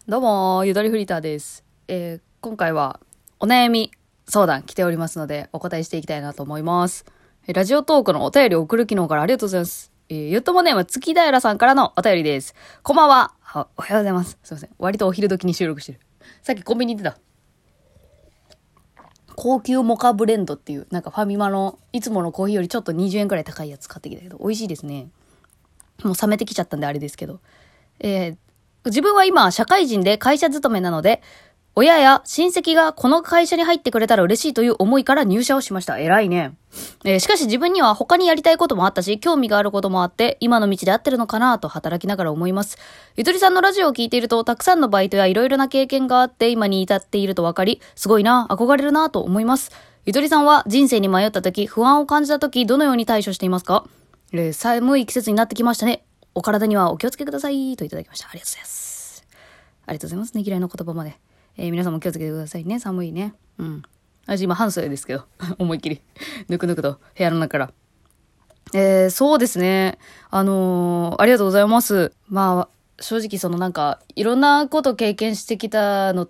どうも、ゆとりフリーターです。今回はお悩み相談来ておりますので、お答えしていきたいなと思います。ラジオトークのお便りを送る機能からありがとうございます。ゆっともネーム月平さんからのお便りです。こんばんは。おはようございます。すいません。割とお昼時に収録してる。さっきコンビニ行ってた。高級モカブレンドっていう、なんかファミマのいつものコーヒーよりちょっと20円くらい高いやつ買ってきたけど、美味しいですね。もう冷めてきちゃったんであれですけど。自分は今、社会人で会社勤めなので、親や親戚がこの会社に入ってくれたら嬉しいという思いから入社をしました。偉いね。しかし自分には他にやりたいこともあったし、興味があることもあって、今の道で合ってるのかなと働きながら思います。ゆとりさんのラジオを聞いていると、たくさんのバイトやいろいろな経験があって、今に至っていると分かり、すごいな、憧れるなと思います。ゆとりさんは人生に迷った時、不安を感じた時、どのように対処していますか？寒い季節になってきましたね。お体にはお気をつけくださいといただきました。ありがとうございます。ありがとうございますね。嫌いな言葉まで。皆さんも気をつけてくださいね。寒いね。うん。私今半袖ですけど。思いっきり。ぬくぬくと部屋の中から。そうですね。ありがとうございます。まあ、正直いろんなこと経験してきたのって、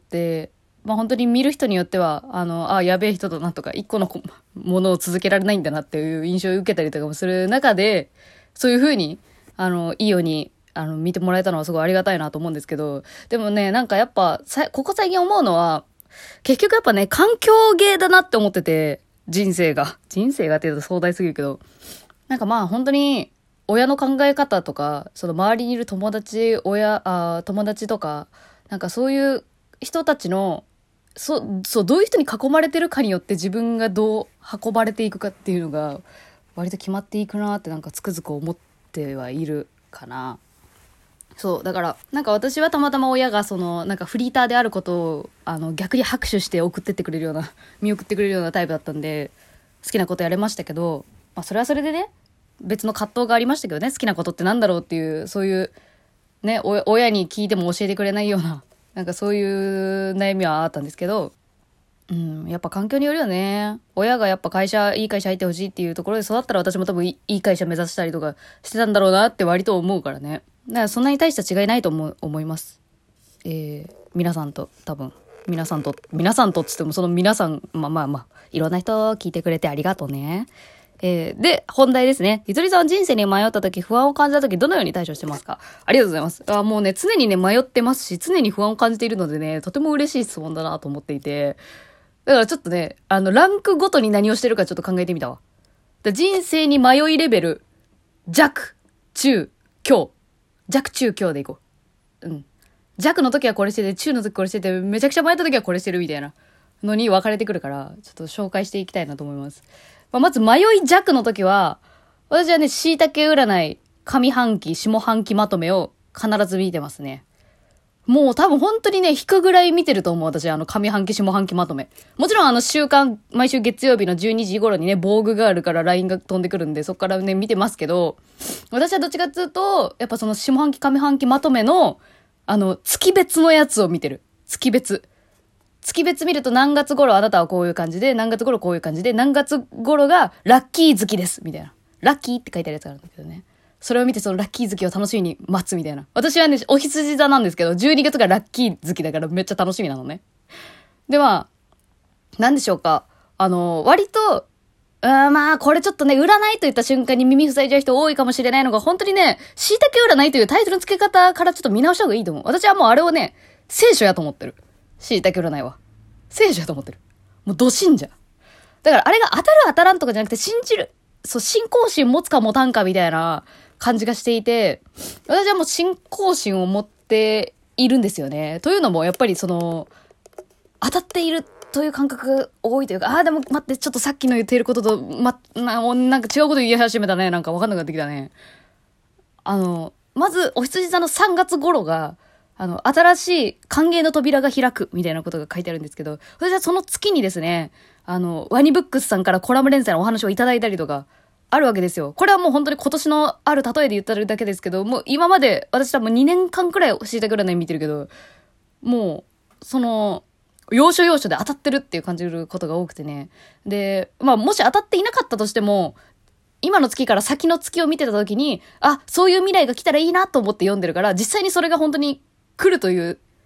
まあ本当に見る人によっては、やべえ人だなとか、一個のものを続けられないんだなっていう印象を受けたりとかもする中で、そういう風に、いいように、見てもらえたのはすごいありがたいなと思うんですけど、でもね、なんかやっぱ、ここ最近思うのは、結局やっぱね、環境芸だなって思ってて、人生がって言うと壮大すぎるけど、なんかまあ本当に、親の考え方とか、その周りにいる友達とか、なんかそういう人たちの、どういう人に囲まれてるかによって自分がどう運ばれていくかっていうのが、割と決まっていくなってなんかつくづく思ってはいるかな。そう、だから、なんか私はたまたま親がなんかフリーターであることを、逆に拍手して送ってってくれるような、見送ってくれるようなタイプだったんで、好きなことやれましたけど、まあそれはそれでね、別の葛藤がありましたけどね、好きなことってなんだろうっていう、そういう、ね、親に聞いても教えてくれないような、なんかそういう悩みはあったんですけど、やっぱ環境によるよね。親がやっぱいい会社入ってほしいっていうところで育ったら私も多分いい会社目指したりとかしてたんだろうなって割と思うからね。だからそんなに大した違いないと思います。皆さんと皆さんとっつってもその皆さん、いろんな人聞いてくれてありがとうね。で、本題ですね。ゆとりさんは人生に迷った時、不安を感じた時、どのように対処してますか？ありがとうございます。もうね、常にね、迷ってますし、常に不安を感じているのでね、とても嬉しい質問だなと思っていて、だからちょっとね、ランクごとに何をしてるかちょっと考えてみたわ。人生に迷いレベル、弱、中、強。弱、中、強でいこう。うん。弱の時はこれしてて、中の時これしてて、めちゃくちゃ迷った時はこれしてるみたいなのに分かれてくるから、ちょっと紹介していきたいなと思います。まず迷い弱の時は、私はね、椎茸占い、上半期、下半期まとめを必ず見てますね。もう多分本当にね、引くぐらい見てると思う。私、上半期、下半期まとめ。もちろん毎週月曜日の12時頃にね、防具があるから LINE が飛んでくるんで、そっからね、見てますけど、私はどっちかっていうと、やっぱその下半期、上半期まとめの、月別のやつを見てる。月別。月別見ると何月頃あなたはこういう感じで、何月頃こういう感じで、何月頃がラッキー月です。みたいな。ラッキーって書いてあるやつがあるんだけどね。それを見てそのラッキー月を楽しみに待つみたいな。私はね、お羊座なんですけど、12月がラッキー月だからめっちゃ楽しみなのね。で、なんでしょうか。割と、これちょっとね、占いと言った瞬間に耳塞いじゃう人多いかもしれないのが、本当にね、椎茸占いというタイトルの付け方からちょっと見直した方がいいと思う。私はもうあれをね、聖書やと思ってる。椎茸占いは。聖書やと思ってる。もう、ど信者。だからあれが当たる当たらんとかじゃなくて信じる。そう、信仰心持つか持たんかみたいな感じがしていて、私はもう信仰心を持っているんですよね。というのも、やっぱり当たっているという感覚が多いというか、でも待って、ちょっとさっきの言っていることと、なんか違うこと言い始めたね。なんかわかんなくなってきたね。まず、お羊座の3月頃が、新しい歓迎の扉が開くみたいなことが書いてあるんですけど、私はその月にですね、ワニブックスさんからコラム連載のお話をいただいたりとか、あるわけですよ。これはもう本当に今年のある例えで言っただけですけど、もう今まで私多分2年間くらい椎茸占い見てるけど、もう、要所要所で当たってるっていう感じることが多くてね。で、もし当たっていなかったとしても、今の月から先の月を見てた時に、そういう未来が来たらいいなと思って読んでるから、実際にそれが本当に来るという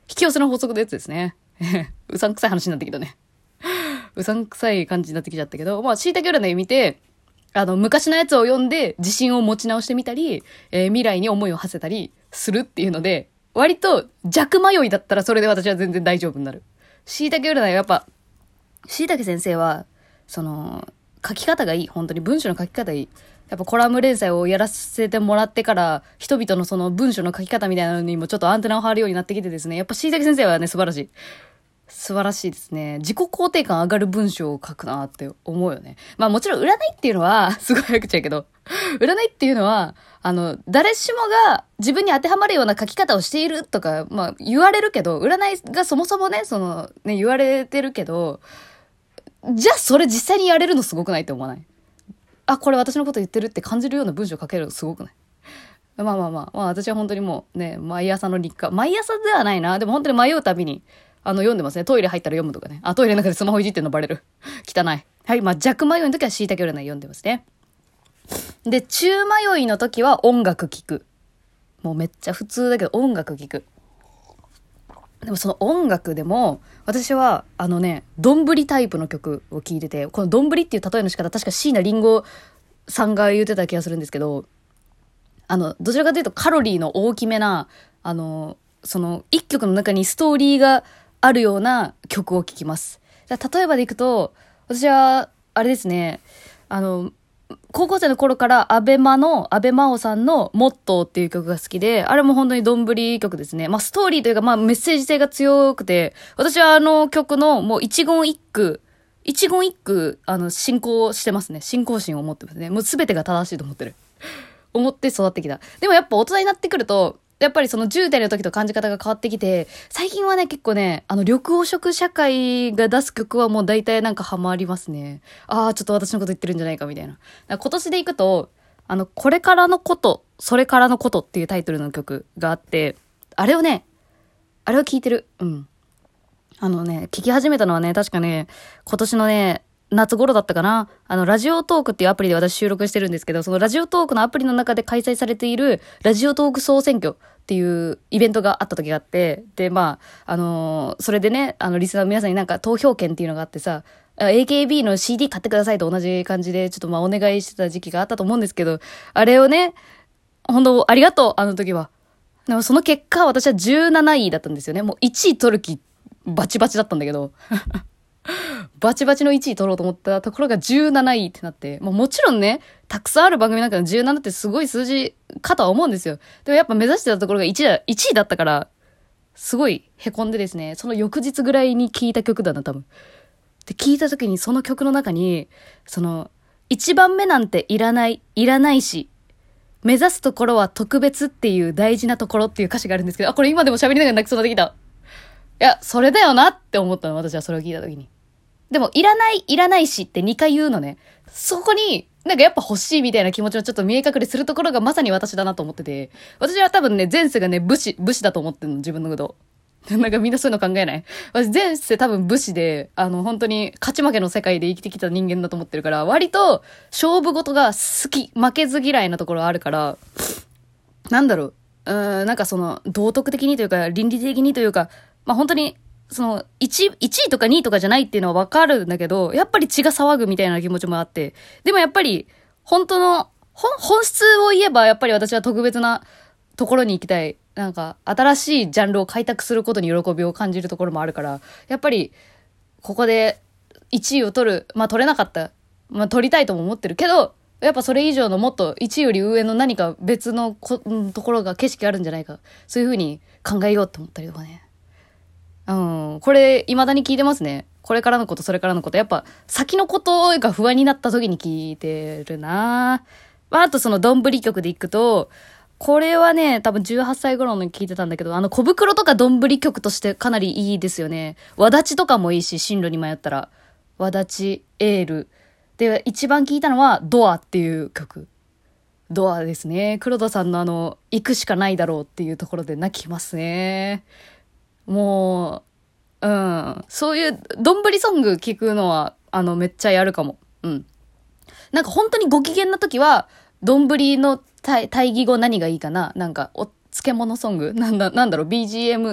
引き寄せの法則のやつですね。うさんくさい話になってきたね。うさんくさい感じになってきちゃったけど、まあ、椎茸占い見て、昔のやつを読んで自信を持ち直してみたり、未来に思いを馳せたりするっていうので、割と弱迷いだったらそれで私は全然大丈夫になる。椎茸占いはやっぱ、椎茸先生は、書き方がいい。本当に文章の書き方いい。やっぱコラム連載をやらせてもらってから、人々のその文章の書き方みたいなのにもちょっとアンテナを張るようになってきてですね、やっぱ椎茸先生はね、素晴らしい。素晴らしいですね。自己肯定感上がる文章を書くなって思うよね。まあもちろん占いっていうのは、すごい早口やけど、占いっていうのは、誰しもが自分に当てはまるような書き方をしているとか、まあ言われるけど、占いがそもそもね、言われてるけど、じゃあそれ実際にやれるのすごくないって思わない？あ、これ私のこと言ってるって感じるような文章書けるのすごくない？まあ私は本当にもうね、毎朝の日課。毎朝ではないな。でも本当に迷うたびに、読んでますね。トイレ入ったら読むとかね。あ、トイレの中でスマホいじってんのバレる。汚い。はい、まあ弱迷いの時は椎茸占い読んでますね。で、中迷いの時は音楽聴く。もうめっちゃ普通だけど音楽聴く。でもその音楽でも、私はどんぶりタイプの曲を聴いてて、このどんぶりっていう例えの仕方、確か椎名林檎さんが言ってた気がするんですけど、どちらかというとカロリーの大きめな、一曲の中にストーリーがあるような曲を聴きます。例えばでいくと、私は、あれですね、高校生の頃からアベマオさんのモットーっていう曲が好きで、あれも本当にどんぶり曲ですね。まあストーリーというかまあメッセージ性が強くて、私は曲のもう一言一句、進行してますね。進行心を持ってますね。もうすべてが正しいと思ってる。思って育ってきた。でもやっぱ大人になってくると、やっぱりその10代の時と感じ方が変わってきて、最近はね、結構ね、緑黄色社会が出す曲はもう大体なんかハマりますね。ああ、ちょっと私のこと言ってるんじゃないかみたいな。今年でいくと、これからのこと、それからのことっていうタイトルの曲があって、あれを聴いてる。うん。聴き始めたのはね、確かね、今年のね、夏頃だったかな。ラジオトークっていうアプリで私収録してるんですけど、そのラジオトークのアプリの中で開催されているラジオトーク総選挙っていうイベントがあった時があって、で、まあ、それでね、リスナーの皆さんになんか投票権っていうのがあってさ、AKB の CD 買ってくださいと同じ感じでちょっとまあお願いしてた時期があったと思うんですけど、あれをね、本当ありがとう、あの時は。でもその結果私は17位だったんですよね。もう1位取る気バチバチだったんだけど。バチバチの1位取ろうと思ったところが17位ってなって、もちろんね、たくさんある番組の中の17ってすごい数字かとは思うんですよ。でもやっぱ目指してたところが1位だったから、すごい凹んでですね、その翌日ぐらいに聴いた曲だな、多分。で、聴いた時にその曲の中に、1番目なんていらないし、目指すところは特別っていう大事なところっていう歌詞があるんですけど、あ、これ今でも喋りながら泣きそうになってきた。いや、それだよなって思ったの、私はそれを聞いた時に。でも、いらないしって2回言うのね。そこに、なんかやっぱ欲しいみたいな気持ちのちょっと見え隠れするところがまさに私だなと思ってて。私は多分ね、前世がね、武士だと思ってるの、自分のこと。なんかみんなそういうの考えない？私前世多分武士で、本当に勝ち負けの世界で生きてきた人間だと思ってるから、割と勝負事が好き、負けず嫌いなところあるから、なんだろう、なんか道徳的にというか、倫理的にというか、まあ本当に、1位とか2位とかじゃないっていうのはわかるんだけど、やっぱり血が騒ぐみたいな気持ちもあって、でもやっぱり、本当の、本質を言えばやっぱり私は特別なところに行きたい。なんか、新しいジャンルを開拓することに喜びを感じるところもあるから、やっぱり、ここで1位を取る、まあ取れなかった。まあ取りたいとも思ってるけど、やっぱそれ以上のもっと1位より上の何か別のところが景色あるんじゃないか。そういう風に考えようって思ったりとかね。これ、未だに聞いてますね。これからのこと、それからのこと。やっぱ、先のことが不安になった時に聞いてるな。まあ、あとどんぶり曲でいくと、これはね、多分18歳頃に聞いてたんだけど、小袋とかどんぶり曲としてかなりいいですよね。わだちとかもいいし、進路に迷ったら。わだち、エール。で、一番聞いたのは、ドアっていう曲。ドアですね。黒田さんの行くしかないだろうっていうところで泣きますね。もう、そういう、どんぶりソング聞くのは、めっちゃやるかも。うん。なんか本当にご機嫌な時は、どんぶりの対義語何がいいかな？なんか、漬物ソングなんだろう、BGM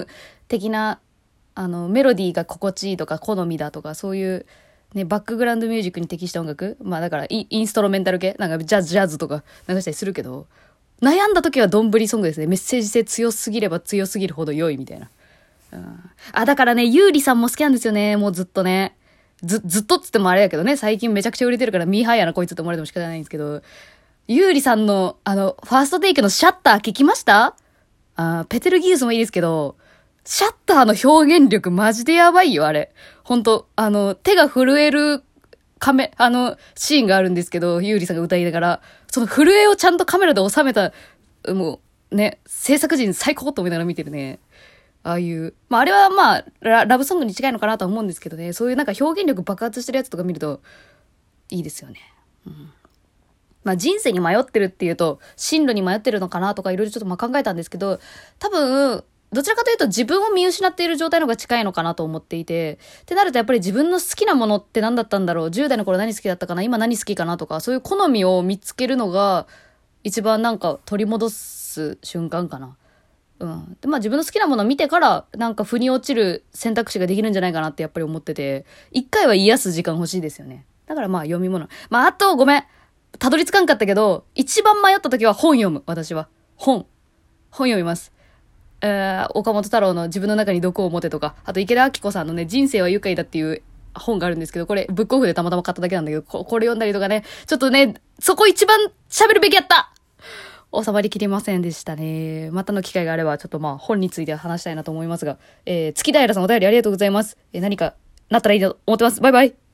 的な、メロディーが心地いいとか好みだとか、そういう、ね、バックグラウンドミュージックに適した音楽、まあだからインストロメンタル系、なんかジャズとか流したりするけど、悩んだ時はどんぶりソングですね。メッセージ性強すぎれば強すぎるほど良いみたいな。だからね、ゆうりさんも好きなんですよね。もうずっとね。ずっとっつってもあれだけどね、最近めちゃくちゃ売れてるからミーハーやなこいつって思われても仕方ないんですけど、ゆうりさんのファーストテイクのシャッター聞きました？ペテルギウスもいいですけど、シャッターの表現力マジでやばいよ、あれ。ほんと、手が震えるシーンがあるんですけど、ゆうりさんが歌いながら、その震えをちゃんとカメラで収めた、もう、ね、制作陣最高と思いながら見てるね。ああいう、まああれはまあラブソングに近いのかなとは思うんですけどね、そういうなんか表現力爆発してるやつとか見るといいですよね。まあ人生に迷ってるっていうと進路に迷ってるのかなとかいろいろちょっとまあ考えたんですけど、多分どちらかというと自分を見失っている状態の方が近いのかなと思っていて、ってなるとやっぱり自分の好きなものって何だったんだろう、10代の頃何好きだったかな、今何好きかなとか、そういう好みを見つけるのが一番なんか取り戻す瞬間かな。で、まあ自分の好きなものを見てから、なんか腑に落ちる選択肢ができるんじゃないかなってやっぱり思ってて、一回は癒す時間欲しいですよね。だからまあ読み物。まああとごめん。たどり着かんかったけど、一番迷った時は本読む。私は。本読みます。岡本太郎の自分の中に毒を持てとか、あと池田明子さんのね、人生は愉快だっていう本があるんですけど、これブックオフでたまたま買っただけなんだけど、これ読んだりとかね、ちょっとね、そこ一番喋るべきやった、収まりきりませんでしたね。またの機会があれば、ちょっとまあ本について話したいなと思いますが、月平さんお便りありがとうございます。何かなったらいいと思ってます。バイバイ。